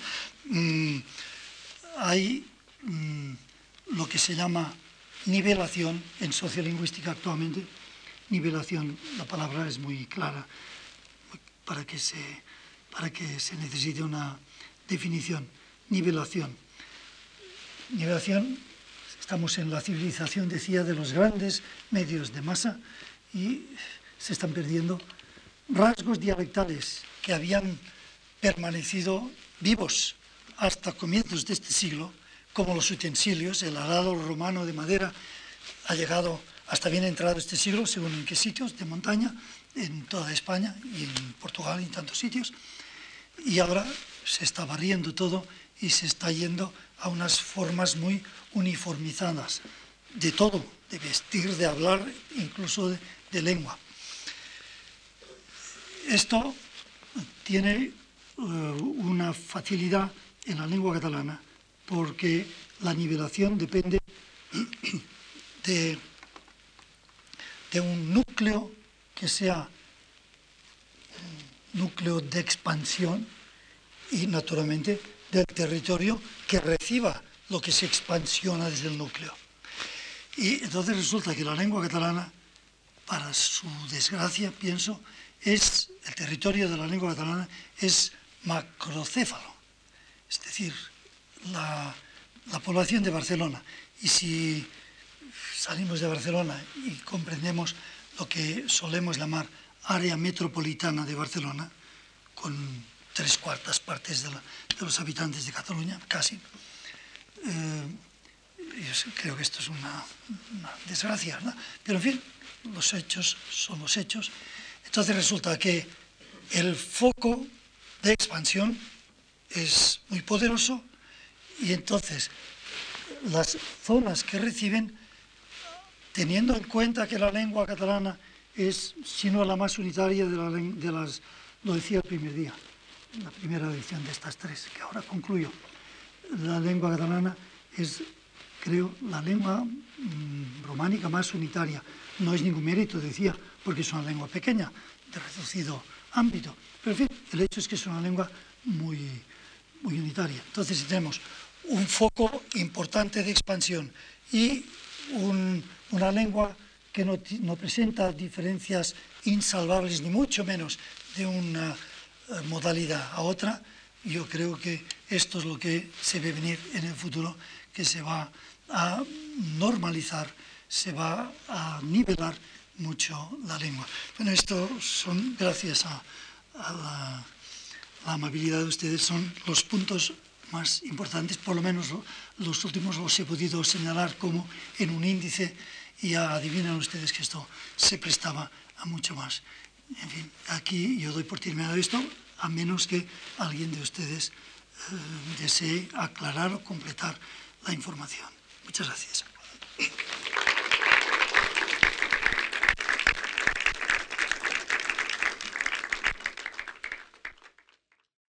hay lo que se llama nivelación en sociolingüística actualmente. Nivelación, la palabra es muy clara para que se necesite una definición. Nivelación. Nivelación, estamos en la civilización, decía, de los grandes medios de masa y se están perdiendo rasgos dialectales que habían permanecido vivos hasta comienzos de este siglo, como los utensilios. El arado romano de madera ha llegado hasta bien entrado este siglo, según en qué sitios, de montaña, en toda España y en Portugal y en tantos sitios. Y ahora se está barriendo todo y se está yendo a unas formas muy uniformizadas de todo, de vestir, de hablar, incluso de lengua. Esto tiene una facilidad en la lengua catalana porque la nivelación depende de un núcleo que sea un núcleo de expansión y, naturalmente, del territorio que reciba lo que se expansiona desde el núcleo. Y entonces resulta que la lengua catalana, para su desgracia, pienso, el territorio de la lengua catalana es macrocéfalo, es decir, la población de Barcelona. Y si salimos de Barcelona y comprendemos lo que solemos llamar área metropolitana de Barcelona, con 3/4 partes de los habitantes de Cataluña, casi, yo creo que esto es una desgracia, ¿no? Pero en fin, los hechos son los hechos. Entonces resulta que el foco de expansión es muy poderoso y entonces las zonas que reciben, teniendo en cuenta que la lengua catalana es, si no la más unitaria de las, lo decía el primer día, la primera edición de estas tres, que ahora concluyo, la lengua catalana es, creo, la lengua románica más unitaria. No es ningún mérito, decía, porque es una lengua pequeña, de reducido ámbito. Pero, en fin, el hecho es que es una lengua muy, muy unitaria. Entonces, si tenemos un foco importante de expansión y una lengua que no presenta diferencias insalvables, ni mucho menos de una modalidad a otra, yo creo que esto es lo que se ve venir en el futuro, que se va a normalizar, se va a nivelar mucho la lengua. Bueno, esto son, gracias a la amabilidad de ustedes, son los puntos más importantes, por lo menos los últimos los he podido señalar como en un índice y ya adivinan ustedes que esto se prestaba a mucho más. En fin, aquí yo doy por terminado esto, a menos que alguien de ustedes desee aclarar o completar la información. Muchas gracias.